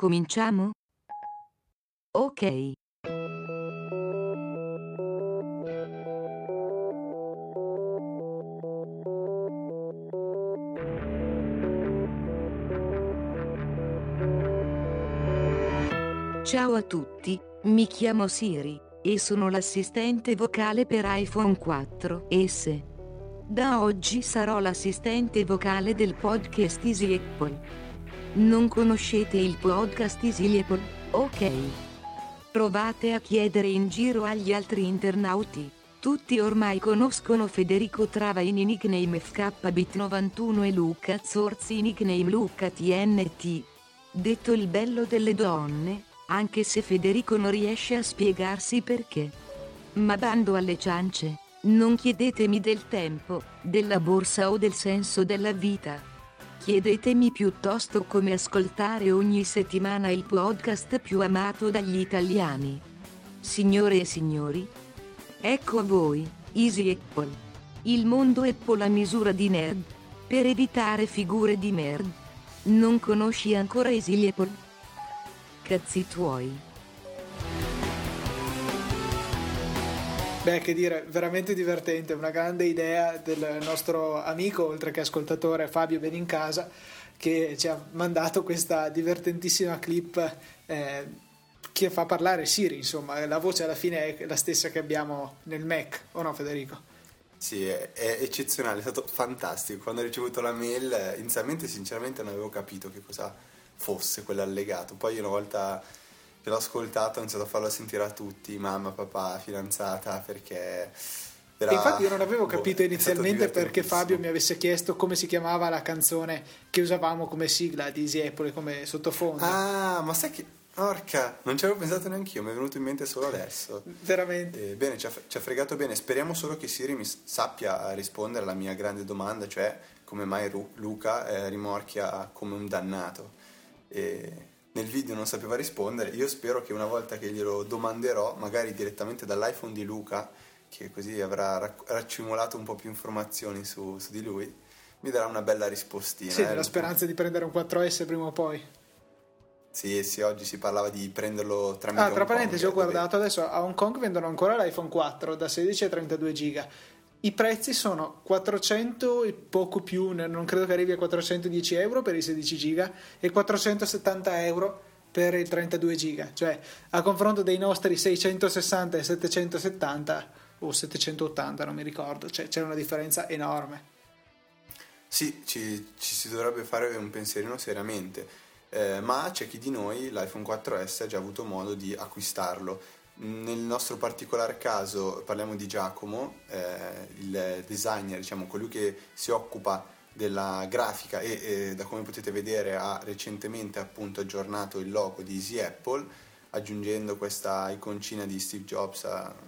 Cominciamo? Ok. Ciao a tutti, mi chiamo Siri, e sono l'assistente vocale per iPhone 4S. Da oggi sarò l'assistente vocale del podcast Easy Apple. Non conoscete il podcast Easy Apple? Ok. Provate a chiedere in giro agli altri internauti. Tutti ormai conoscono Federico Travaini nickname FKBit91 e Luca Zorzi nickname LucaTNT. Detto il bello delle donne, anche se Federico non riesce a spiegarsi perché. Ma bando alle ciance, non chiedetemi del tempo, della borsa o del senso della vita. Chiedetemi piuttosto come ascoltare ogni settimana il podcast più amato dagli italiani. Signore e signori, ecco a voi, Easy Apple. Il mondo Apple a misura di nerd. Per evitare figure di nerd. Non conosci ancora Easy Apple? Cazzi tuoi. Beh, che dire, veramente divertente, una grande idea del nostro amico, oltre che ascoltatore, Fabio Benincasa, che ci ha mandato questa divertentissima clip che fa parlare Siri, insomma, la voce alla fine è la stessa che abbiamo nel Mac, o no Federico? Sì, è eccezionale, è stato fantastico. Quando ho ricevuto la mail, inizialmente sinceramente non avevo capito che cosa fosse quell'allegato, poi una volta che l'ho ascoltato ho iniziato a farlo sentire a tutti, mamma, papà, fidanzata, perché E infatti io non avevo capito è inizialmente stato perché Fabio mi divertentissimo. avesse chiesto come si chiamava la canzone che usavamo come sigla di Easy Apple, come sottofondo. Ah, ma sai che... Orca, non ci avevo pensato neanch'io, mi è venuto in mente solo adesso. Veramente. Bene, ci ha fregato bene. Speriamo solo che Siri sappia rispondere alla mia grande domanda, cioè come mai Luca rimorchia come un dannato. E nel video non sapeva rispondere. Io spero che una volta che glielo domanderò, magari direttamente dall'iPhone di Luca, che così avrà raccimolato un po' più informazioni su di lui, mi darà una bella rispostina. Sì, nella Luca. speranza di prendere un 4S prima o poi. Sì, oggi si parlava di prenderlo tramite Tra Hong parentesi, ho Kong, guardato adesso a Hong Kong vendono ancora l'iPhone 4 da 16 a 32 giga. I prezzi sono 400 e poco più, non credo che arrivi a 410 euro per i 16 giga e 470 euro per il 32 giga. Cioè, a confronto dei nostri 660 e 770 o 780, non mi ricordo, cioè, c'è una differenza enorme. Sì, ci si dovrebbe fare un pensierino seriamente, ma c'è chi di noi l'iPhone 4S ha già avuto modo di acquistarlo. Nel nostro particolare caso parliamo di Giacomo, il designer, diciamo colui che si occupa della grafica e da come potete vedere ha recentemente appunto aggiornato il logo di Easy Apple, aggiungendo questa iconcina di Steve Jobs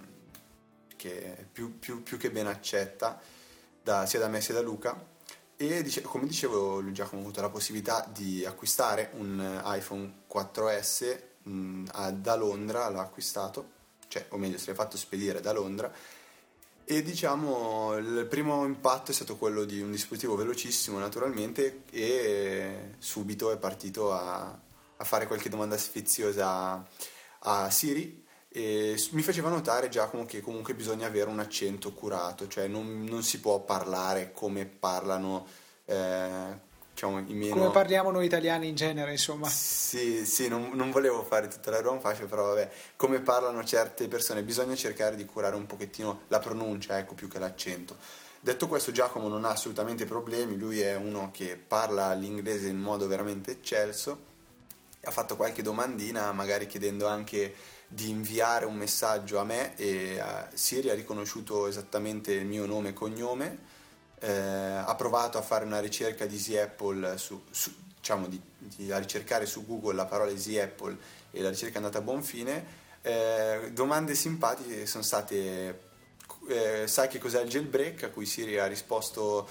che è più che ben accetta sia da me sia da Luca. E come dicevo, lui Giacomo ha avuto la possibilità di acquistare un iPhone 4S da Londra, l'ha acquistato, cioè, o meglio, se l'è fatto spedire da Londra. E diciamo il primo impatto è stato quello di un dispositivo velocissimo naturalmente, e subito è partito a fare qualche domanda sfiziosa a Siri. E mi faceva notare Giacomo che comunque bisogna avere un accento curato, cioè non si può parlare come parlano diciamo i meno... Come parliamo noi italiani in genere, insomma. Sì, non volevo fare tutta la wrong fascia, però vabbè, come parlano certe persone, bisogna cercare di curare un pochettino la pronuncia, ecco, più che l'accento. Detto questo, Giacomo non ha assolutamente problemi, lui è uno che parla l'inglese in modo veramente eccelso, ha fatto qualche domandina, magari chiedendo anche di inviare un messaggio a me, e Siri ha riconosciuto esattamente il mio nome e cognome. Ha provato a fare una ricerca di Easy Apple diciamo a ricercare su Google la parola Easy Apple, e la ricerca è andata a buon fine. Domande simpatiche sono state: sai che cos'è il jailbreak? A cui Siri ha risposto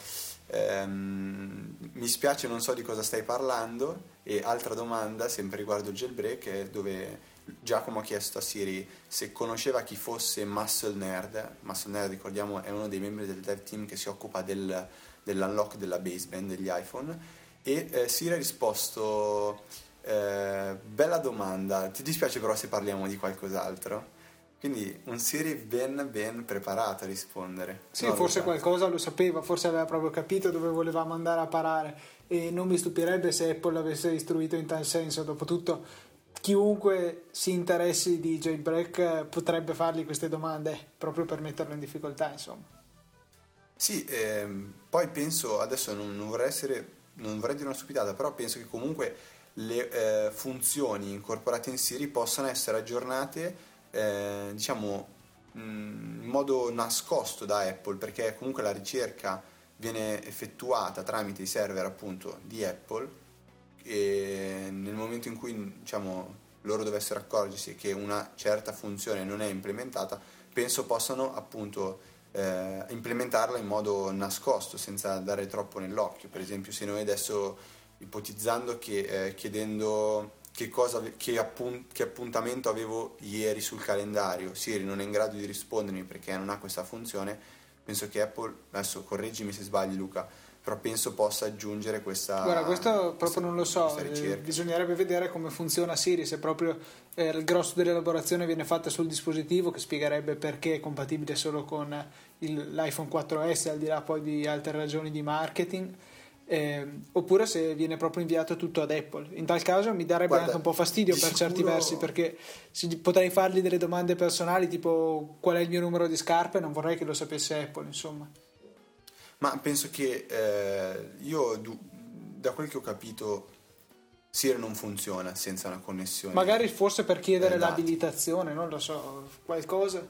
mi spiace, non so di cosa stai parlando. E altra domanda sempre riguardo il jailbreak è dove Giacomo ha chiesto a Siri se conosceva chi fosse Muscle Nerd. Muscle Nerd, ricordiamo, è uno dei membri del dev team che si occupa dell'unlock della baseband degli iPhone, e Siri ha risposto beh, bella domanda. Ti dispiace però se parliamo di qualcos'altro? Quindi un Siri ben preparato a rispondere. Sì, No, forse Luca? qualcosa lo sapeva, forse aveva proprio capito dove volevamo andare a parare, e non mi stupirebbe se Apple l'avesse istruito in tal senso. Dopotutto, chiunque si interessi di jailbreak potrebbe fargli queste domande proprio per metterlo in difficoltà, insomma. Sì, poi penso, adesso non vorrei dire una stupidata, però penso che comunque le funzioni incorporate in Siri possano essere aggiornate, diciamo, in modo nascosto da Apple, perché comunque la ricerca viene effettuata tramite i server appunto di Apple, e nel momento in cui, diciamo, loro dovessero accorgersi che una certa funzione non è implementata, penso possano appunto implementarla in modo nascosto, senza dare troppo nell'occhio. Per esempio, se noi adesso, ipotizzando che chiedendo che appuntamento avevo ieri sul calendario, Siri non è in grado di rispondermi perché non ha questa funzione, penso che Apple, adesso correggimi se sbagli Luca, però penso possa aggiungere questa. Guarda, questo proprio non lo so, bisognerebbe vedere come funziona Siri, se proprio il grosso dell'elaborazione viene fatta sul dispositivo, che spiegherebbe perché è compatibile solo con l'iPhone 4S, al di là poi di altre ragioni di marketing, oppure se viene proprio inviato tutto ad Apple. In tal caso mi darebbe anche un po' fastidio per certi versi, perché potrei fargli delle domande personali tipo qual è il mio numero di scarpe, non vorrei che lo sapesse Apple, insomma. Ma penso che io, da quel che ho capito, Siri non funziona senza una connessione. Magari forse per chiedere l'abilitazione, non lo so, qualcosa.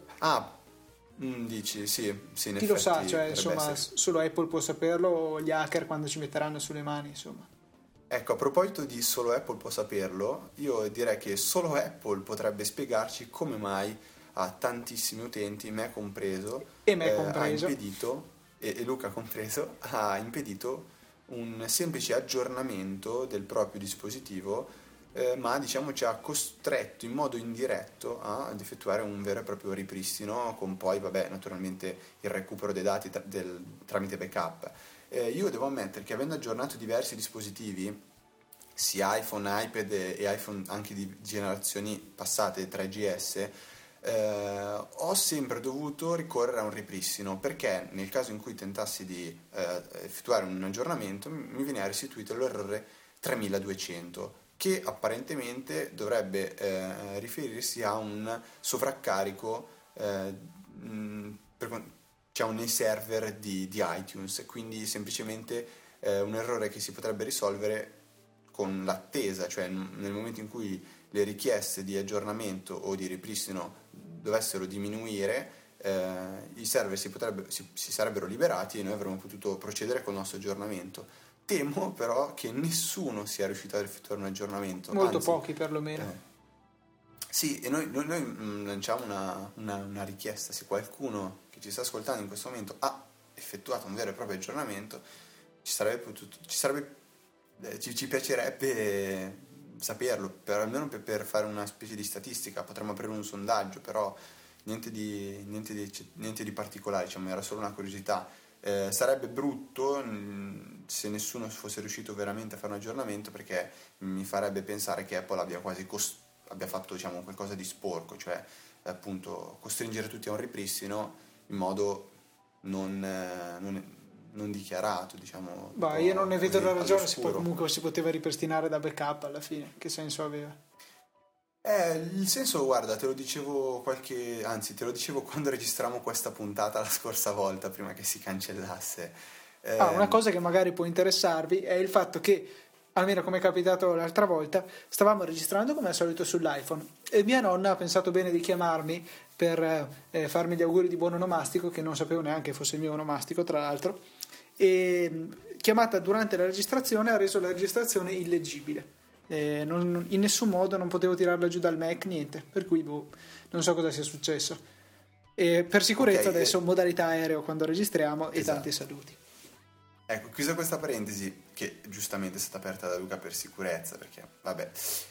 Dici, sì, in chi lo sa, cioè essere. insomma solo Apple può saperlo, o gli hacker quando ci metteranno sulle mani, insomma. Ecco, a proposito di solo Apple può saperlo, io direi che solo Apple potrebbe spiegarci come mai a tantissimi utenti, me compreso, ha impedito, e Luca compreso, ha impedito un semplice aggiornamento del proprio dispositivo, ma diciamo ci ha costretto in modo indiretto ad effettuare un vero e proprio ripristino, con poi naturalmente il recupero dei dati tramite backup. Io devo ammettere che, avendo aggiornato diversi dispositivi, sia iPhone, iPad e iPhone anche di generazioni passate, 3GS, ho sempre dovuto ricorrere a un ripristino, perché nel caso in cui tentassi di effettuare un aggiornamento mi veniva restituito l'errore 3200, che apparentemente dovrebbe riferirsi a un sovraccarico nei server di iTunes, quindi semplicemente un errore che si potrebbe risolvere con l'attesa, cioè nel momento in cui le richieste di aggiornamento o di ripristino dovessero diminuire, i server si sarebbero liberati e noi avremmo potuto procedere con il nostro aggiornamento. Temo però che nessuno sia riuscito ad effettuare un aggiornamento. Molto pochi perlomeno. Sì, e noi lanciamo una richiesta: se qualcuno che ci sta ascoltando in questo momento ha effettuato un vero e proprio aggiornamento, ci piacerebbe saperlo, almeno per fare una specie di statistica. Potremmo aprire un sondaggio, però niente di particolare, diciamo, era solo una curiosità. Sarebbe brutto se nessuno fosse riuscito veramente a fare un aggiornamento, perché mi farebbe pensare che Apple abbia fatto, diciamo, qualcosa di sporco, cioè appunto costringere tutti a un ripristino in modo non dichiarato, diciamo. Io non ne vedo la ragione, comunque si poteva ripristinare da backup alla fine, che senso aveva? Il senso, guarda, te lo dicevo quando registravamo questa puntata la scorsa volta, prima che si cancellasse. Una cosa che magari può interessarvi è il fatto che, almeno come è capitato l'altra volta, stavamo registrando come al solito sull'iPhone e mia nonna ha pensato bene di chiamarmi per farmi gli auguri di buon onomastico, che non sapevo neanche fosse il mio onomastico, tra l'altro, e chiamata durante la registrazione ha reso la registrazione illeggibile. In nessun modo non potevo tirarla giù dal Mac, niente, per cui non so cosa sia successo. E per sicurezza adesso modalità aereo quando registriamo, e esatto. Tanti saluti. Ecco, chiusa questa parentesi, che giustamente è stata aperta da Luca per sicurezza, perché vabbè,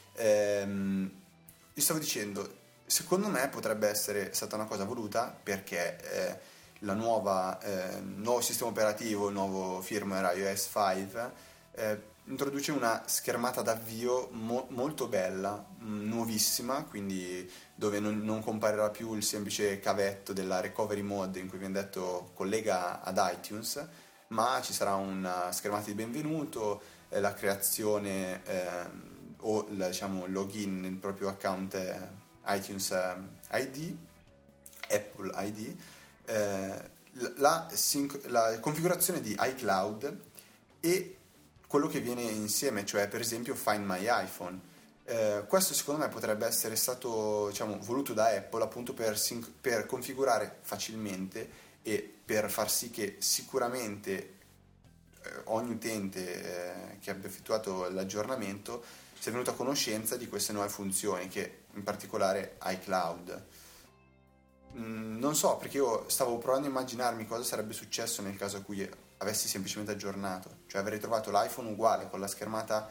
vi stavo dicendo, secondo me potrebbe essere stata una cosa voluta, perché il nuovo sistema operativo, il nuovo firmware iOS 5, introduce una schermata d'avvio molto bella, nuovissima, quindi dove non comparirà più il semplice cavetto della recovery mode in cui viene detto collega ad iTunes, ma ci sarà una schermata di benvenuto, la creazione o diciamo login nel proprio account iTunes ID, Apple ID, la configurazione di iCloud e quello che viene insieme, cioè per esempio Find My iPhone. Questo secondo me potrebbe essere stato, diciamo, voluto da Apple appunto per configurare facilmente e per far sì che sicuramente ogni utente che abbia effettuato l'aggiornamento sia venuto a conoscenza di queste nuove funzioni, che in particolare iCloud. Non so, perché io stavo provando a immaginarmi cosa sarebbe successo nel caso in cui avessi semplicemente aggiornato, cioè avrei trovato l'iPhone uguale con la schermata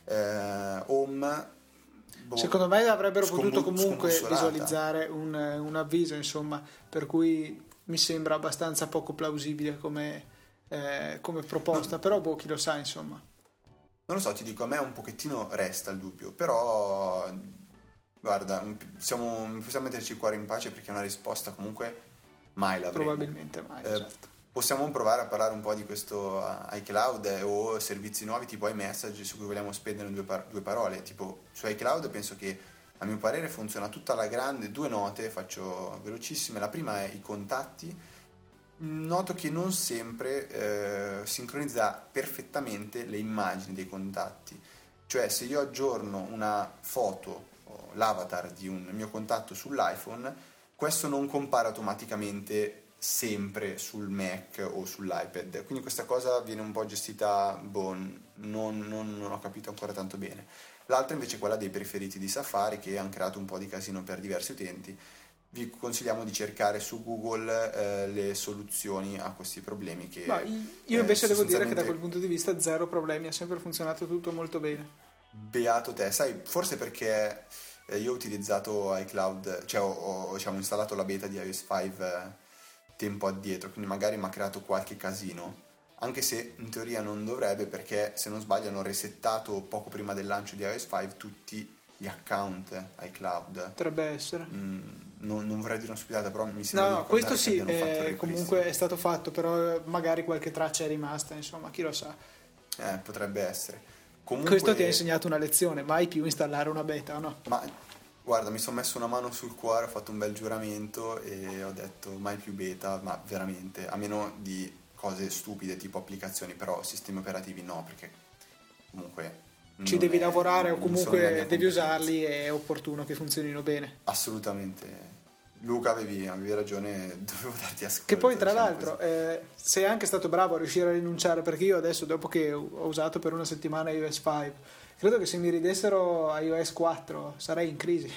home. Secondo me avrebbero potuto comunque visualizzare un avviso, insomma, per cui mi sembra abbastanza poco plausibile come proposta, però chi lo sa, insomma. Non lo so, ti dico, a me un pochettino resta il dubbio, però guarda, possiamo metterci il cuore in pace perché una risposta comunque mai l'avremo. Probabilmente mai, certo. Possiamo provare a parlare un po' di questo iCloud o servizi nuovi tipo iMessage su cui vogliamo spendere due parole. Tipo su iCloud penso che a mio parere funziona tutta alla grande, 2 note, faccio velocissime. La prima è i contatti. Noto che non sempre sincronizza perfettamente le immagini dei contatti, cioè se io aggiorno una foto o l'avatar di un mio contatto sull'iPhone, questo non compare automaticamente sempre sul Mac o sull'iPad, quindi questa cosa viene un po' gestita, non ho capito ancora tanto bene. L'altra invece è quella dei preferiti di Safari, che hanno creato un po' di casino per diversi utenti. Vi consigliamo di cercare su Google le soluzioni a questi problemi che io invece devo dire che da quel punto di vista zero problemi, ha sempre funzionato tutto molto bene. Beato te, sai, forse perché io ho utilizzato iCloud, cioè ho diciamo, installato la beta di iOS 5 tempo addietro, quindi magari mi ha creato qualche casino, anche se in teoria non dovrebbe, perché se non sbaglio hanno resettato poco prima del lancio di iOS 5 tutti gli account iCloud. Potrebbe essere. Non vorrei dire una stupidata, però mi sembra no, questo sì, comunque è stato fatto, però magari qualche traccia è rimasta, insomma, chi lo sa. Potrebbe essere. Comunque, questo ti ha insegnato una lezione, mai più installare una beta, o no? Ma guarda, mi sono messo una mano sul cuore, ho fatto un bel giuramento e ho detto mai più beta, ma veramente, a meno di cose stupide tipo applicazioni, però sistemi operativi no, perché comunque ci devi lavorare o comunque devi usarli, è opportuno che funzionino bene. Assolutamente. Luca, avevi ragione, dovevo darti ascolto. Che poi tra l'altro sei anche stato bravo a riuscire a rinunciare, perché io adesso, dopo che ho usato per una settimana iOS 5, credo che se mi ridessero iOS 4 sarei in crisi.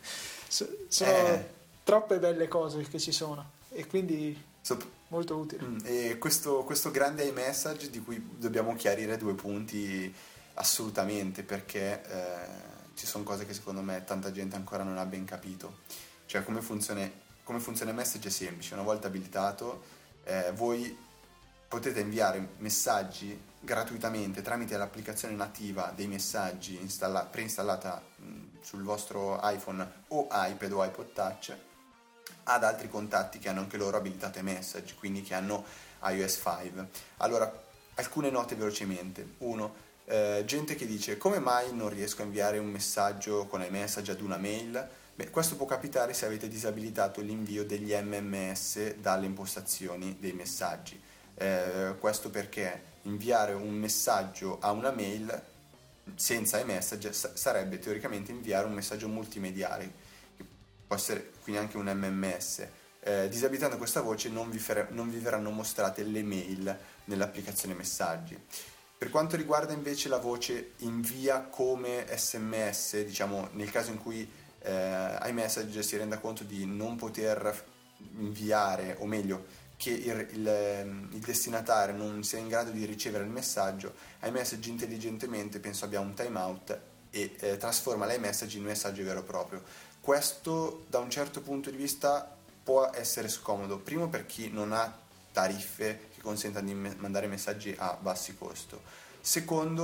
Sono troppe belle cose che ci sono e quindi molto utile. E questo grande iMessage di cui dobbiamo chiarire 2 punti assolutamente, perché ci sono cose che secondo me tanta gente ancora non ha ben capito. Cioè come funziona iMessage è semplice: una volta abilitato voi potete inviare messaggi gratuitamente tramite l'applicazione nativa dei messaggi preinstallata sul vostro iPhone o iPad o iPod Touch ad altri contatti che hanno anche loro abilitato iMessage, quindi che hanno iOS 5. Allora, alcune note velocemente. 1. Gente che dice: come mai non riesco a inviare un messaggio con iMessage ad una mail? Beh, questo può capitare se avete disabilitato l'invio degli MMS dalle impostazioni dei messaggi. Questo perché inviare un messaggio a una mail senza iMessage sarebbe teoricamente inviare un messaggio multimediale, che può essere quindi anche un MMS. Disabilitando questa voce non vi verranno mostrate le mail nell'applicazione messaggi. Per quanto riguarda invece la voce invia come SMS, diciamo nel caso in cui iMessage si renda conto di non poter inviare, o meglio che il destinatario non sia in grado di ricevere il messaggio, iMessage intelligentemente penso abbia un timeout e trasforma l'iMessage in messaggio vero e proprio. Questo da un certo punto di vista può essere scomodo, primo per chi non ha tariffe che consentano di mandare messaggi a bassi costo, secondo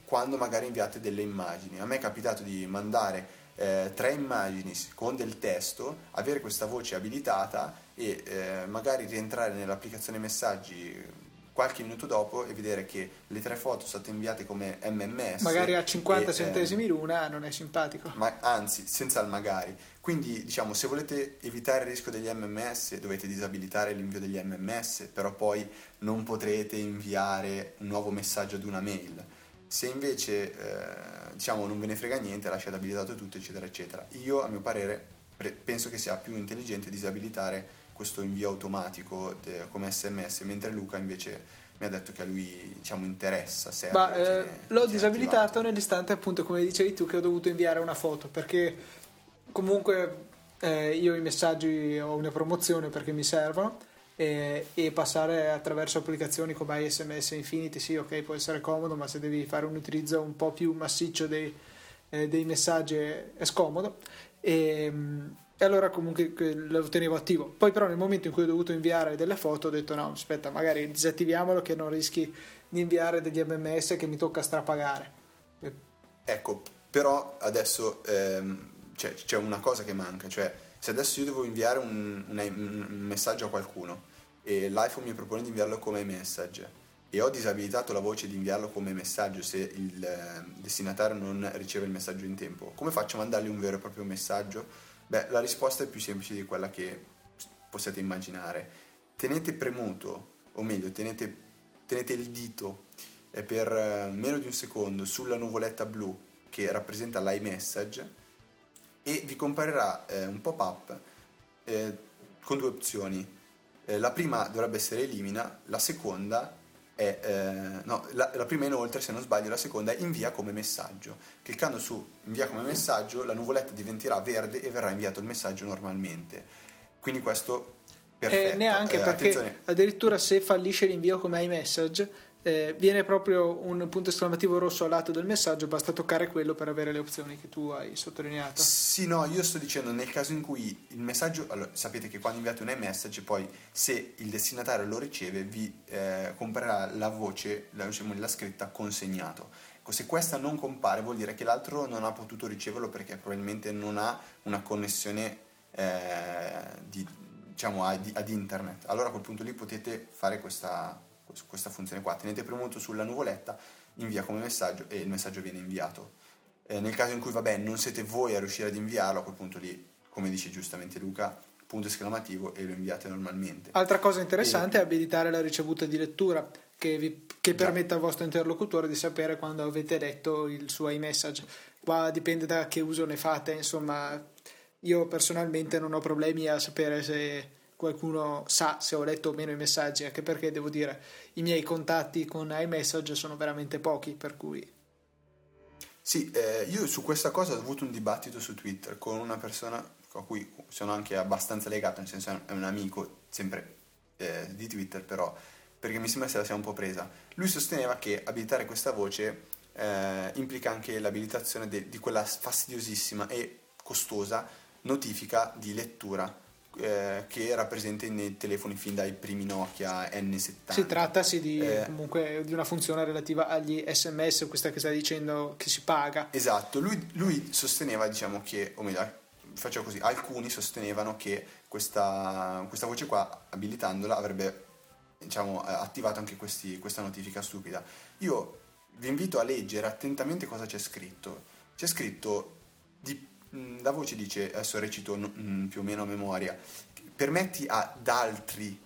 quando magari inviate delle immagini. A me è capitato di mandare 3 immagini con del testo, avere questa voce abilitata e magari rientrare nell'applicazione messaggi qualche minuto dopo e vedere che le 3 foto sono state inviate come MMS, magari a 50 centesimi l'una, non è simpatico. Ma anzi, senza il magari. Quindi, diciamo, se volete evitare il rischio degli MMS, dovete disabilitare l'invio degli MMS, però poi non potrete inviare un nuovo messaggio ad una mail. Se invece, diciamo, non ve ne frega niente, lasciate abilitato tutto, eccetera, eccetera. Io, a mio parere, penso che sia più intelligente disabilitare questo invio automatico come SMS, mentre Luca invece mi ha detto che a lui, diciamo, interessa. L'ho disabilitato nell'istante, appunto, come dicevi tu, che ho dovuto inviare una foto, perché comunque io i messaggi ho una promozione perché mi servono, e passare attraverso applicazioni come SMS Infinity, sì, ok, può essere comodo, ma se devi fare un utilizzo un po' più massiccio dei messaggi è scomodo, e allora comunque lo tenevo attivo. Poi però nel momento in cui ho dovuto inviare delle foto ho detto no, aspetta, magari disattiviamolo, che non rischi di inviare degli MMS che mi tocca strapagare. Ecco, però adesso c'è una cosa che manca, cioè se adesso io devo inviare un messaggio a qualcuno e l'iPhone mi propone di inviarlo come message e ho disabilitato la voce di inviarlo come messaggio se il destinatario non riceve il messaggio in tempo, come faccio a mandargli un vero e proprio messaggio? Beh, la risposta è più semplice di quella che possiate immaginare. Tenete premuto, o meglio, tenete il dito per meno di un secondo sulla nuvoletta blu che rappresenta l'iMessage e vi comparirà un pop-up con 2 opzioni. La prima dovrebbe essere elimina, la seconda è la prima inoltre, se non sbaglio, la seconda è invia come messaggio. Cliccando su invia come messaggio la nuvoletta diventerà verde e verrà inviato il messaggio normalmente. Quindi questo perfetto. Neanche perché attenzione. Addirittura se fallisce l'invio come iMessage viene proprio un punto esclamativo rosso al lato del messaggio, basta toccare quello per avere le opzioni che tu hai sottolineato. Sì, no, io sto dicendo nel caso in cui il messaggio, allora, sapete che quando inviate un iMessage poi se il destinatario lo riceve vi comparirà la voce, la scritta consegnato. Se questa non compare vuol dire che l'altro non ha potuto riceverlo perché probabilmente non ha una connessione ad internet. Allora a quel punto lì potete fare questa funzione qua, tenete premuto sulla nuvoletta, invia come messaggio e il messaggio viene inviato. Nel caso in cui non siete voi a riuscire ad inviarlo, a quel punto lì, come dice giustamente Luca, punto esclamativo e lo inviate normalmente. Altra cosa interessante è abilitare la ricevuta di lettura che permette al vostro interlocutore di sapere quando avete letto il suo iMessage. Qua dipende da che uso ne fate, insomma io personalmente non ho problemi a sapere se qualcuno sa se ho letto o meno i messaggi, anche perché devo dire i miei contatti con iMessage sono veramente pochi, per cui sì, io su questa cosa ho avuto un dibattito su Twitter con una persona a cui sono anche abbastanza legato, nel senso è un amico sempre di Twitter, però perché mi sembra se la sia un po' presa. Lui sosteneva che abilitare questa voce implica anche l'abilitazione di quella fastidiosissima e costosa notifica di lettura che era presente nei telefoni fin dai primi Nokia N70. Si trattasi di comunque di una funzione relativa agli SMS, questa che stai dicendo che si paga. Esatto, lui sosteneva, diciamo che, o meglio, faccio così, alcuni sostenevano che questa voce qua, abilitandola, avrebbe, diciamo, attivato anche questa notifica stupida. Io vi invito a leggere attentamente cosa c'è scritto. C'è scritto la voce dice, adesso recito più o meno a memoria, permetti ad altri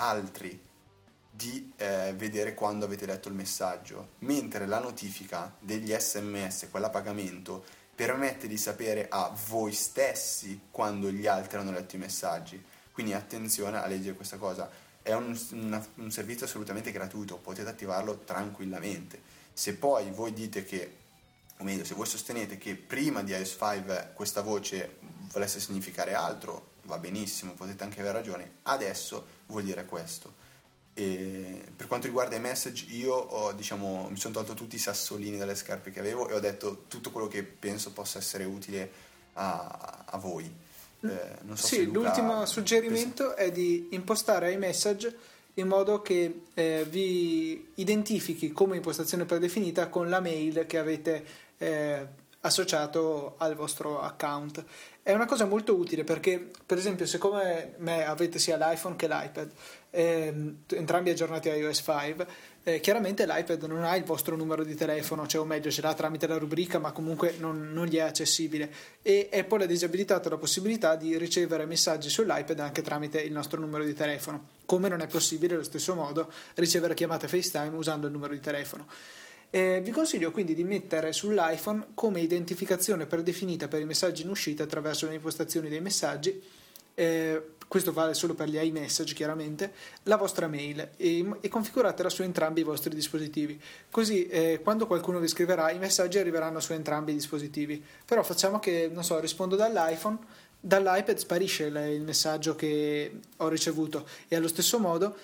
di vedere quando avete letto il messaggio, mentre la notifica degli SMS, quella a pagamento, permette di sapere a voi stessi quando gli altri hanno letto i messaggi. Quindi attenzione a leggere questa cosa, è un servizio assolutamente gratuito, potete attivarlo tranquillamente. Se poi voi dite che, o meglio, se voi sostenete che prima di iOS 5 questa voce volesse significare altro, va benissimo, potete anche avere ragione, adesso vuol dire questo. E per quanto riguarda i message, io mi sono tolto tutti i sassolini dalle scarpe che avevo e ho detto tutto quello che penso possa essere utile a voi. Non so sì, se Luca l'ultimo suggerimento è di impostare iMessage in modo che vi identifichi come impostazione predefinita con la mail che avete associato al vostro account. È una cosa molto utile perché, per esempio, se come me avete sia l'iPhone che l'iPad, entrambi aggiornati a iOS 5, chiaramente l'iPad non ha il vostro numero di telefono, cioè, o meglio, ce l'ha tramite la rubrica, ma comunque non gli è accessibile, e Apple ha disabilitato la possibilità di ricevere messaggi sull'iPad anche tramite il nostro numero di telefono, come non è possibile allo stesso modo ricevere chiamate FaceTime usando il numero di telefono. Vi consiglio quindi di mettere sull'iPhone come identificazione predefinita per i messaggi in uscita attraverso le impostazioni dei messaggi, questo vale solo per gli iMessage chiaramente, la vostra mail e configuratela su entrambi i vostri dispositivi, così quando qualcuno vi scriverà i messaggi arriveranno su entrambi i dispositivi. Però facciamo che, non so, rispondo dall'iPhone, dall'iPad sparisce il messaggio che ho ricevuto e allo stesso modo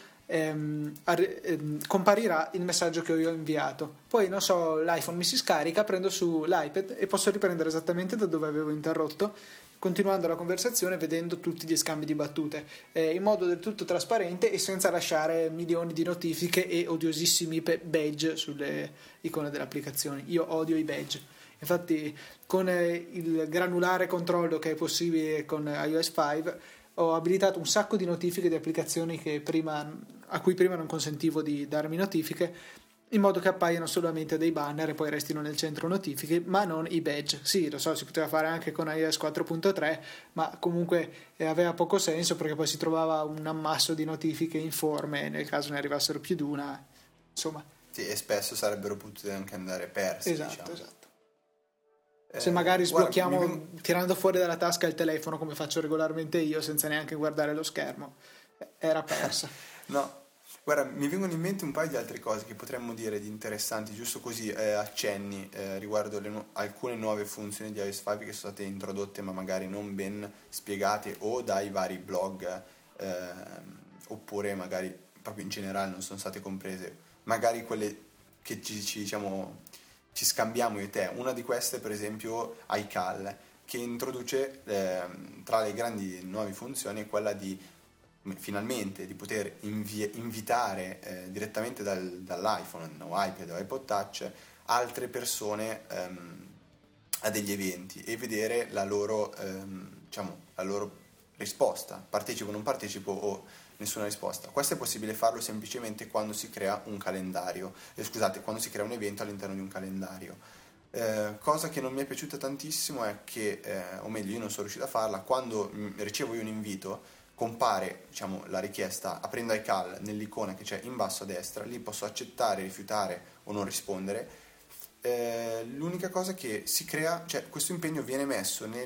comparirà il messaggio che io ho inviato. Poi, non so, l'iPhone mi si scarica, prendo su l'iPad e posso riprendere esattamente da dove avevo interrotto, continuando la conversazione, vedendo tutti gli scambi di battute in modo del tutto trasparente e senza lasciare milioni di notifiche e odiosissimi badge sulle icone delle applicazioni. Io odio i badge. Infatti, con il granulare controllo che è possibile con iOS 5, ho abilitato un sacco di notifiche di applicazioni a cui prima non consentivo di darmi notifiche, in modo che appaiano solamente dei banner e poi restino nel centro notifiche, ma non i badge. Sì, lo so, si poteva fare anche con iOS 4.3, ma comunque aveva poco senso perché poi si trovava un ammasso di notifiche informe nel caso ne arrivassero più di una, insomma. Sì, e spesso sarebbero potute anche andare perse. Esatto, diciamo. esatto. Se magari sblocchiamo tirando fuori dalla tasca il telefono come faccio regolarmente io senza neanche guardare lo schermo, era persa. No, guarda, mi vengono in mente un paio di altre cose che potremmo dire di interessanti, giusto così accenni riguardo alcune nuove funzioni di iOS 5 che sono state introdotte ma magari non ben spiegate o dai vari blog oppure magari proprio in generale non sono state comprese, magari quelle che ci scambiamo io e te. Una di queste per esempio iCal, che introduce tra le grandi nuove funzioni quella di finalmente di poter invitare direttamente dall'iPhone o iPad o iPod Touch altre persone a degli eventi e vedere la loro risposta, partecipo o non partecipo o nessuna risposta. Questo è possibile farlo semplicemente quando si crea un calendario, quando si crea un evento all'interno di un calendario. Cosa che non mi è piaciuta tantissimo è che, o meglio, io non sono riuscito a farla, quando ricevo io un invito compare la richiesta aprendo iCal nell'icona che c'è in basso a destra, lì posso accettare, rifiutare o non rispondere. L'unica cosa che si crea, questo impegno viene messo in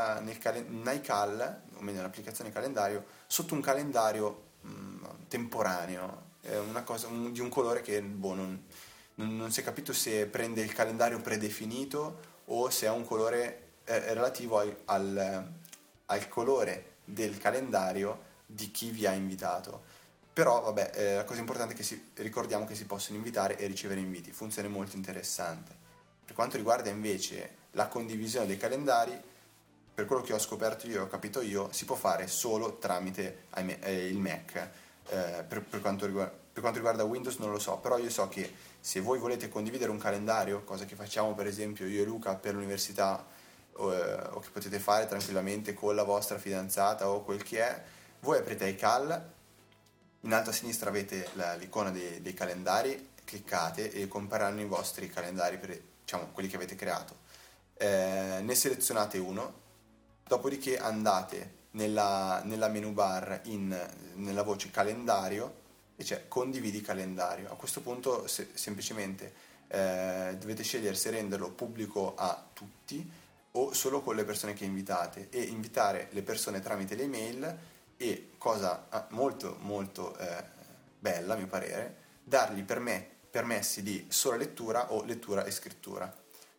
iCal, o meglio nell'applicazione calendario, sotto un calendario temporaneo, una cosa di un colore che non si è capito se prende il calendario predefinito o se ha un colore relativo al colore del calendario di chi vi ha invitato. Però vabbè, la cosa importante è che ricordiamo che si possono invitare e ricevere inviti, funzione molto interessante. Per quanto riguarda invece la condivisione dei calendari, per quello che ho scoperto io, ho capito io, si può fare solo tramite il Mac. Per quanto riguarda Windows non lo so, però io so che se voi volete condividere un calendario, cosa che facciamo per esempio io e Luca per l'università, o che potete fare tranquillamente con la vostra fidanzata o quel che è, voi aprite iCal, in alto a sinistra avete l'icona dei calendari, cliccate e compareranno i vostri calendari, quelli che avete creato. Ne selezionate uno, dopodiché andate nella menu bar nella voce calendario e c'è condividi calendario. A questo punto semplicemente dovete scegliere se renderlo pubblico a tutti o solo con le persone che invitate, e invitare le persone tramite le email e, cosa molto molto bella a mio parere, dargli permessi di sola lettura o lettura e scrittura.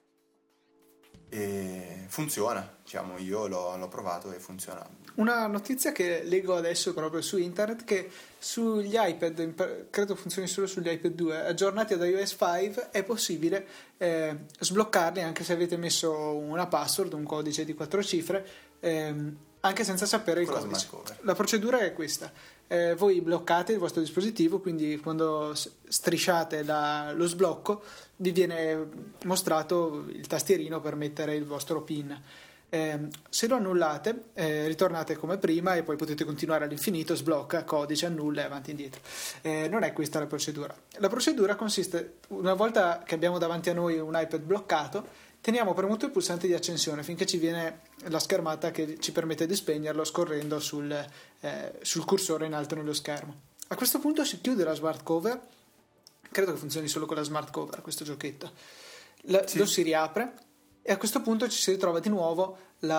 E funziona, io l'ho provato e funziona. Una notizia che leggo adesso proprio su internet, che sugli iPad, credo funzioni solo sugli iPad 2 aggiornati ad iOS 5, è possibile sbloccarli anche se avete messo una password, un codice di 4 cifre, anche senza sapere il Con la codice. smart cover. La procedura è questa: voi bloccate il vostro dispositivo, quindi quando strisciate lo sblocco vi viene mostrato il tastierino per mettere il vostro PIN. Se lo annullate, ritornate come prima e poi potete continuare all'infinito, sblocca, codice, annulla e avanti e indietro. Non è questa la procedura. La procedura consiste, una volta che abbiamo davanti a noi un iPad bloccato, teniamo premuto il pulsante di accensione finché ci viene la schermata che ci permette di spegnerlo scorrendo sul cursore in alto nello schermo. A questo punto si chiude la smart cover. Credo che funzioni solo con la smart cover questo giochetto. Sì. Lo si riapre e a questo punto ci si ritrova di nuovo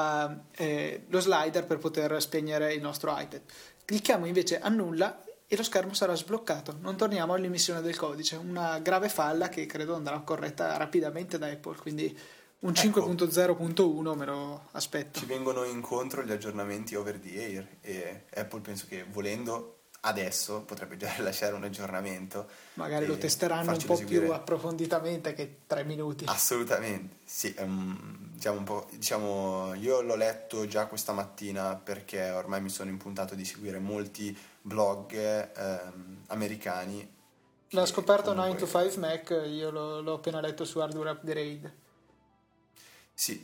lo slider per poter spegnere il nostro iPad. Clicchiamo invece annulla e lo schermo sarà sbloccato. Non torniamo all'emissione del codice, una grave falla che credo andrà corretta rapidamente da Apple, quindi un 5.0.1 me lo aspetto. Ci vengono incontro gli aggiornamenti over the air e Apple penso che volendo adesso potrebbe già rilasciare un aggiornamento. Magari lo testeranno un po' più approfonditamente che 3 minuti. Assolutamente, sì. Diciamo, io l'ho letto già questa mattina perché ormai mi sono impuntato di seguire molti blog americani. L'ha scoperto 9 to 5 Mac, io l'ho appena letto su Hardware Upgrade. Sì,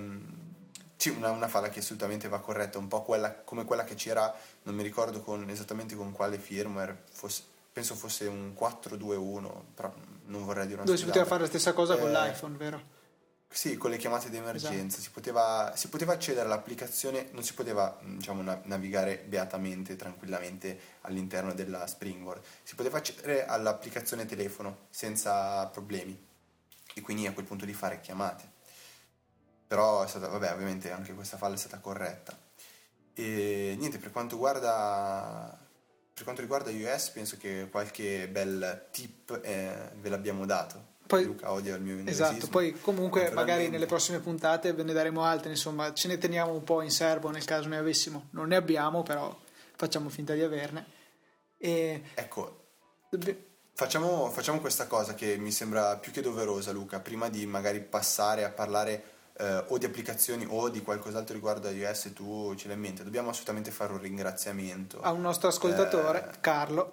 una falla che assolutamente va corretta, un po' come quella che c'era, non mi ricordo esattamente con quale firmware, penso fosse un 421, però non vorrei dire una dove si poteva fare la stessa cosa con l'iPhone, vero? Sì, con le chiamate di emergenza. Esatto. Si poteva accedere all'applicazione, non si poteva navigare beatamente, tranquillamente all'interno della Springboard, si poteva accedere all'applicazione telefono senza problemi e quindi a quel punto di fare chiamate. Però ovviamente anche questa falla è stata corretta. E niente, per quanto riguarda iOS, penso che qualche bel tip ve l'abbiamo dato. Poi, Luca odia il mio inglesismo. esatto, poi comunque magari nelle prossime puntate ve ne daremo altre, insomma ce ne teniamo un po' in serbo nel caso ne avessimo. Non ne abbiamo, però facciamo finta di averne. Ecco, facciamo questa cosa che mi sembra più che doverosa, Luca, prima di magari passare a parlare o di applicazioni o di qualcos'altro riguardo a iOS. Tu ce l'hai in mente, dobbiamo assolutamente fare un ringraziamento a un nostro ascoltatore, Carlo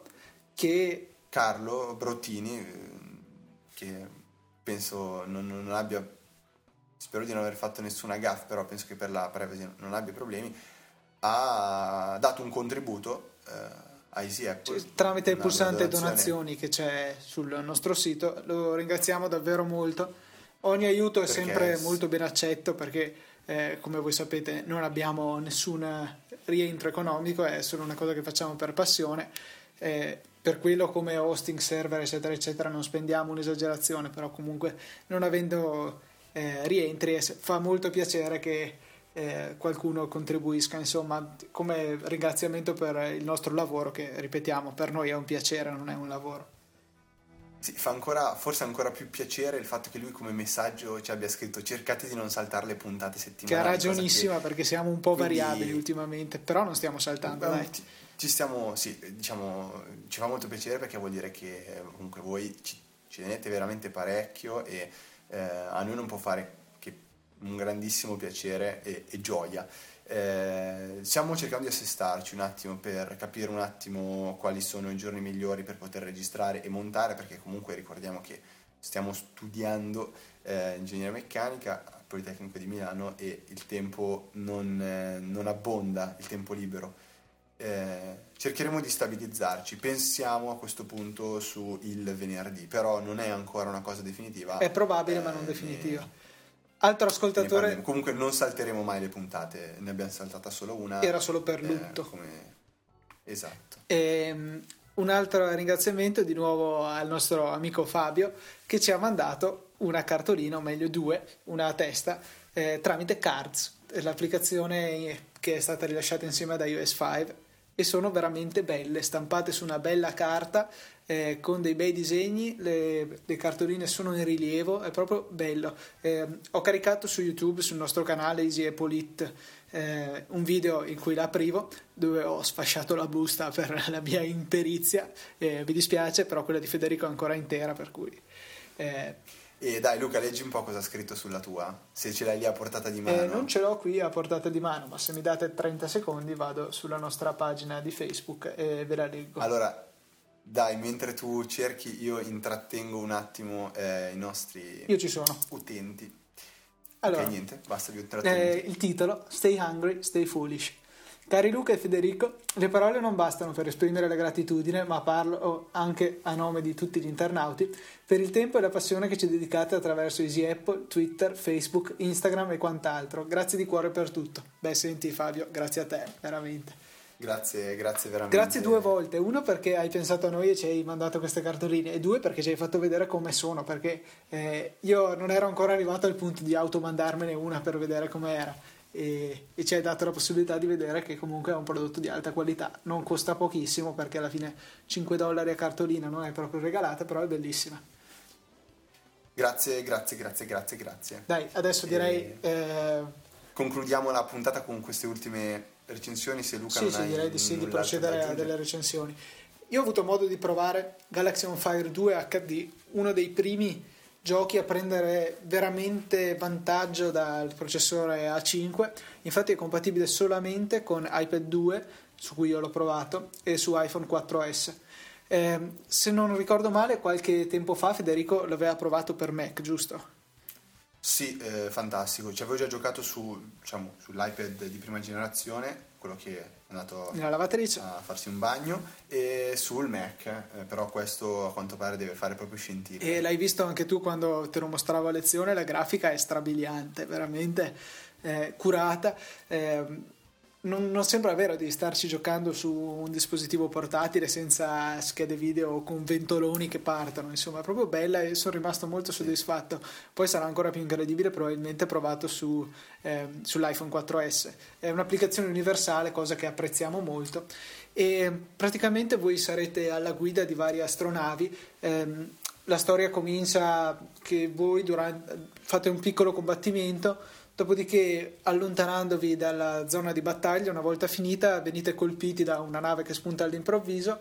Brottini, che penso non abbia, spero di non aver fatto nessuna gaffe, però penso che per la privacy non abbia problemi, ha dato un contributo a Easy Apple tramite il pulsante donazioni che c'è sul nostro sito. Lo ringraziamo davvero molto. Ogni aiuto è sempre molto ben accetto perché come voi sapete non abbiamo nessun rientro economico, è solo una cosa che facciamo per passione. Per quello come hosting, server eccetera eccetera non spendiamo un'esagerazione, però comunque non avendo rientri fa molto piacere che qualcuno contribuisca, insomma, come ringraziamento per il nostro lavoro che, ripetiamo, per noi è un piacere, non è un lavoro. Sì, fa forse ancora più piacere il fatto che lui come messaggio ci abbia scritto: cercate di non saltare le puntate settimanali. Che ha ragionissima, perché siamo un po' variabili ultimamente, però non stiamo saltando, dai. Ci fa molto piacere perché vuol dire che comunque voi ci tenete veramente parecchio e a noi non può fare che un grandissimo piacere e gioia. Stiamo cercando di assestarci un attimo per capire un attimo quali sono i giorni migliori per poter registrare e montare, perché comunque ricordiamo che stiamo studiando ingegneria meccanica al Politecnico di Milano e il tempo non abbonda, il tempo libero. Cercheremo di stabilizzarci, pensiamo a questo punto su il venerdì, però non è ancora una cosa definitiva, è probabile ma non definitiva. Altro ascoltatore, comunque non salteremo mai le puntate, ne abbiamo saltata solo una, era solo per lutto, esatto. Un altro ringraziamento di nuovo al nostro amico Fabio che ci ha mandato una cartolina, o meglio due, una a testa, tramite Cards, l'applicazione che è stata rilasciata insieme ad iOS 5, e sono veramente belle, stampate su una bella carta con dei bei disegni. Le cartoline sono in rilievo, è proprio bello. Ho caricato su YouTube, sul nostro canale Easy Apple It, un video in cui la aprivo, dove ho sfasciato la busta per la mia imperizia, mi dispiace, però quella di Federico è ancora intera, per cui E dai Luca, leggi un po' cosa ha scritto sulla tua, se ce l'hai lì a portata di mano. Non ce l'ho qui a portata di mano, ma se mi date 30 secondi vado sulla nostra pagina di Facebook e ve la leggo. Allora, dai, mentre tu cerchi io intrattengo un attimo i nostri Io ci sono. utenti. Allora, Ok, niente, basta più intrattenuti. il titolo, Stay Hungry, Stay Foolish. Cari Luca e Federico, le parole non bastano per esprimere la gratitudine, ma parlo anche a nome di tutti gli internauti per il tempo e la passione che ci dedicate attraverso Easy Apple, Twitter, Facebook, Instagram e quant'altro. Grazie di cuore per tutto. Beh, senti Fabio, grazie a te, veramente. Grazie veramente. Grazie 2 volte, uno perché hai pensato a noi e ci hai mandato queste cartoline, e 2 perché ci hai fatto vedere come sono, perché io non ero ancora arrivato al punto di automandarmene una per vedere com'era. E ci hai dato la possibilità di vedere che comunque è un prodotto di alta qualità, non costa pochissimo perché alla fine $5 a cartolina non è proprio regalata, però è bellissima. Grazie. Dai, adesso direi concludiamo la puntata con queste ultime recensioni, se Luca non hai direi di sì, di procedere a delle aggiungere. recensioni. Io ho avuto modo di provare Galaxy on Fire 2 HD, uno dei primi giochi a prendere veramente vantaggio dal processore A5. Infatti è compatibile solamente con iPad 2, su cui io l'ho provato, e su iPhone 4S. Se non ricordo male, qualche tempo fa Federico l'aveva provato per Mac, giusto? Sì, fantastico. Ci avevo già giocato sull'iPad di prima generazione, quello che è andato Nella lavatrice. a farsi un bagno, e sul Mac, però questo a quanto pare deve fare proprio scintille. E l'hai visto anche tu quando te lo mostravo a lezione, la grafica è strabiliante, veramente curata. Non sembra vero di starci giocando su un dispositivo portatile senza schede video o con ventoloni che partono, insomma è proprio bella e sono rimasto molto soddisfatto. Poi sarà ancora più incredibile probabilmente provato sull'iPhone 4S. È un'applicazione universale, cosa che apprezziamo molto, e praticamente voi sarete alla guida di varie astronavi. La storia comincia che voi fate un piccolo combattimento. Dopodiché, allontanandovi dalla zona di battaglia, una volta finita, venite colpiti da una nave che spunta all'improvviso,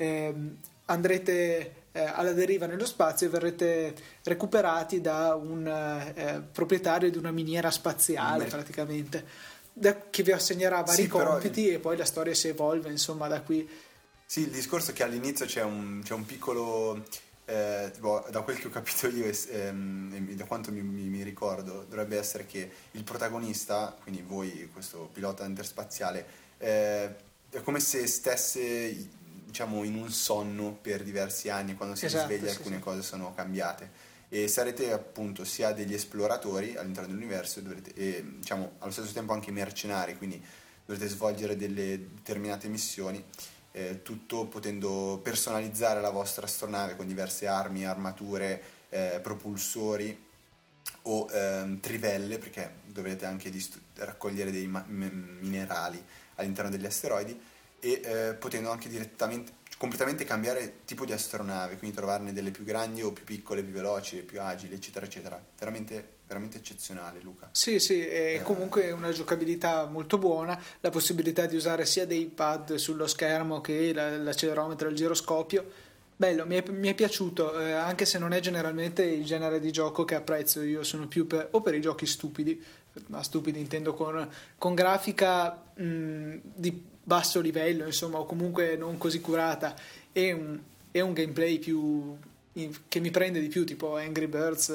andrete alla deriva nello spazio e verrete recuperati da un proprietario di una miniera spaziale, praticamente, che vi assegnerà vari compiti, e poi la storia si evolve, insomma, da qui. Sì, il discorso è che all'inizio c'è un piccolo... da quel che ho capito io e da quanto mi ricordo, dovrebbe essere che il protagonista, quindi voi, questo pilota interspaziale, è come se stesse, diciamo, in un sonno per diversi anni. Quando si risveglia alcune cose sono cambiate, e sarete appunto sia degli esploratori all'interno dell'universo e diciamo allo stesso tempo anche mercenari, quindi dovrete svolgere delle determinate missioni. Tutto potendo personalizzare la vostra astronave con diverse armi, armature, propulsori o trivelle, perché dovrete anche raccogliere dei minerali all'interno degli asteroidi, e potendo anche completamente cambiare tipo di astronave, quindi trovarne delle più grandi o più piccole, più veloci, più agili, eccetera eccetera. Veramente eccezionale, Luca. Sì, è comunque una giocabilità molto buona, la possibilità di usare sia dei pad sullo schermo che l'accelerometro e il giroscopio. Bello, mi è piaciuto, anche se non è generalmente il genere di gioco che apprezzo. Io sono più per i giochi stupidi, ma stupidi intendo con grafica di basso livello, insomma, o comunque non così curata, e un gameplay che mi prende di più, tipo Angry Birds,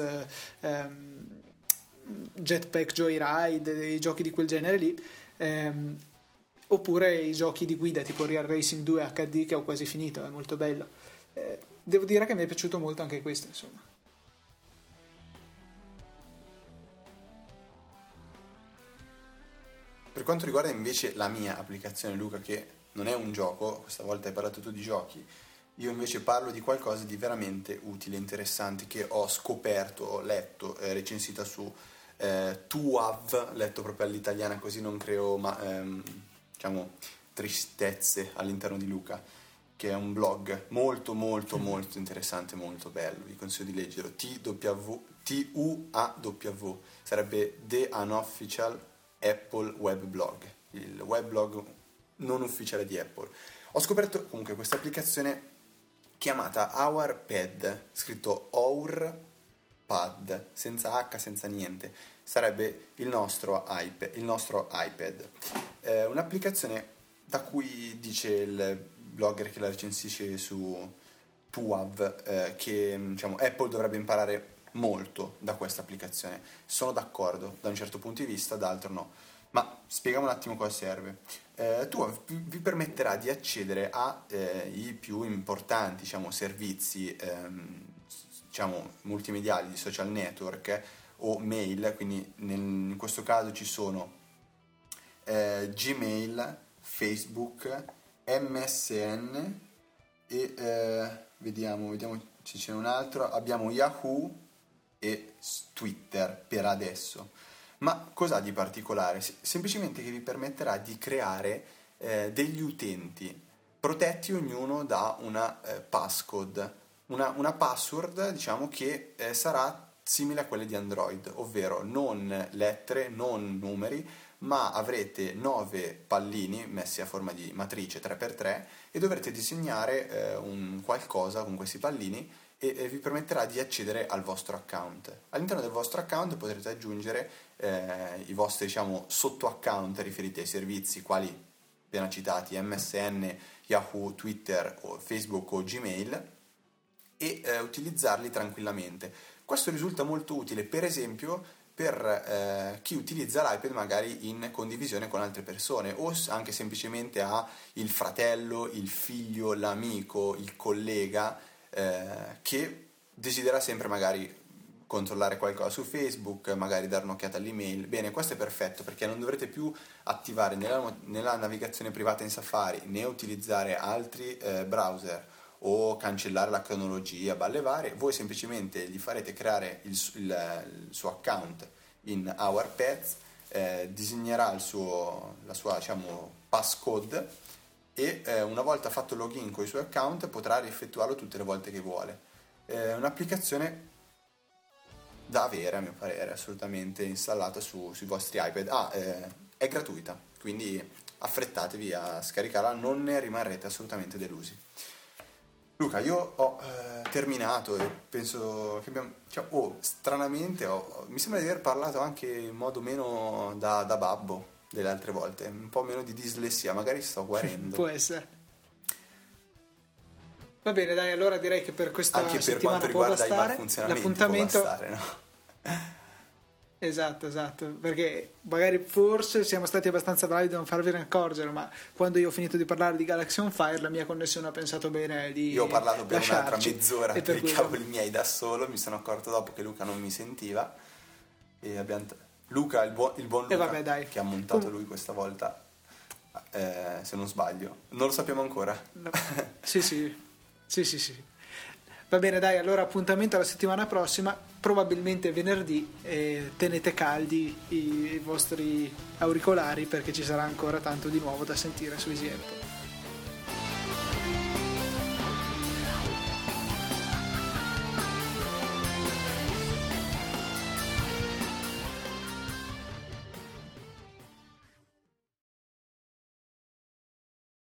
Jetpack Joyride, dei giochi di quel genere lì, oppure i giochi di guida tipo Real Racing 2 HD, che ho quasi finito, è molto bello. Devo dire che mi è piaciuto molto anche questo, insomma. Per quanto riguarda invece la mia applicazione, Luca, che non è un gioco, questa volta hai parlato tu di giochi, io invece parlo di qualcosa di veramente utile, interessante, che ho scoperto, ho letto, recensita su TUAV, letto proprio all'italiana, così non creo diciamo tristezze all'interno di Luca, che è un blog molto interessante, molto bello, vi consiglio di leggerlo. TUAW sarebbe The Unofficial Apple Web Blog, il web blog non ufficiale di Apple. Ho scoperto comunque questa applicazione chiamata Our Pad, scritto Our iPad, senza H, senza niente. Sarebbe il nostro iPad. Un'applicazione da cui dice il blogger che la recensisce su TUAV che diciamo, Apple dovrebbe imparare molto da questa applicazione. Sono d'accordo da un certo punto di vista, d'altro no. Ma spieghiamo un attimo cosa serve. TUAV vi permetterà di accedere ai più importanti diciamo, servizi diciamo, multimediali di social network o mail, quindi in questo caso ci sono Gmail, Facebook, MSN e vediamo se c'è un altro, abbiamo Yahoo e Twitter per adesso. Ma cos'ha di particolare? Semplicemente che vi permetterà di creare degli utenti protetti ognuno da una passcode, una password diciamo che sarà simile a quelle di Android, ovvero non lettere, non numeri, ma avrete 9 pallini messi a forma di matrice 3x3 e dovrete disegnare un qualcosa con questi pallini e vi permetterà di accedere al vostro account. All'interno del vostro account potrete aggiungere i vostri diciamo sotto account riferiti ai servizi quali appena citati MSN, Yahoo, Twitter, o Facebook o Gmail e utilizzarli tranquillamente. Questo risulta molto utile per esempio per chi utilizza l'iPad magari in condivisione con altre persone o anche semplicemente ha il fratello, il figlio, l'amico, il collega che desidera sempre magari controllare qualcosa su Facebook, magari dare un'occhiata all'email. Bene, questo è perfetto perché non dovrete più attivare nella navigazione privata in Safari né utilizzare altri browser o cancellare la cronologia, balle varie. Voi semplicemente gli farete creare il suo account in Our Pets, disegnerà la sua diciamo passcode e una volta fatto il login con i suoi account potrà rieffettuarlo tutte le volte che vuole. Un'applicazione da avere a mio parere, assolutamente installata sui vostri iPad. È gratuita, quindi affrettatevi a scaricarla, non ne rimarrete assolutamente delusi. Luca, io ho terminato e penso che stranamente mi sembra di aver parlato anche in modo meno da babbo delle altre volte, un po' meno di dislessia, magari sto guarendo. Può essere. Va bene, dai, allora direi che per questa anche per settimana quanto può riguarda bastare. i malfunzionamenti L'appuntamento... può bastare, no? Esatto, perché magari forse siamo stati abbastanza bravi da non farvene accorgere, ma quando io ho finito di parlare di Galaxy on Fire la mia connessione ha pensato bene di io ho parlato per un'altra lasciarci, mezz'ora e per i cavoli miei da solo, mi sono accorto dopo che Luca non mi sentiva e abbiamo Luca, il buon Luca, vabbè, dai. che ha montato lui questa volta, se non sbaglio, non lo sappiamo ancora. No. Sì. Va bene, dai, allora appuntamento alla settimana prossima, probabilmente venerdì, e tenete caldi i vostri auricolari perché ci sarà ancora tanto di nuovo da sentire su Easy Apple.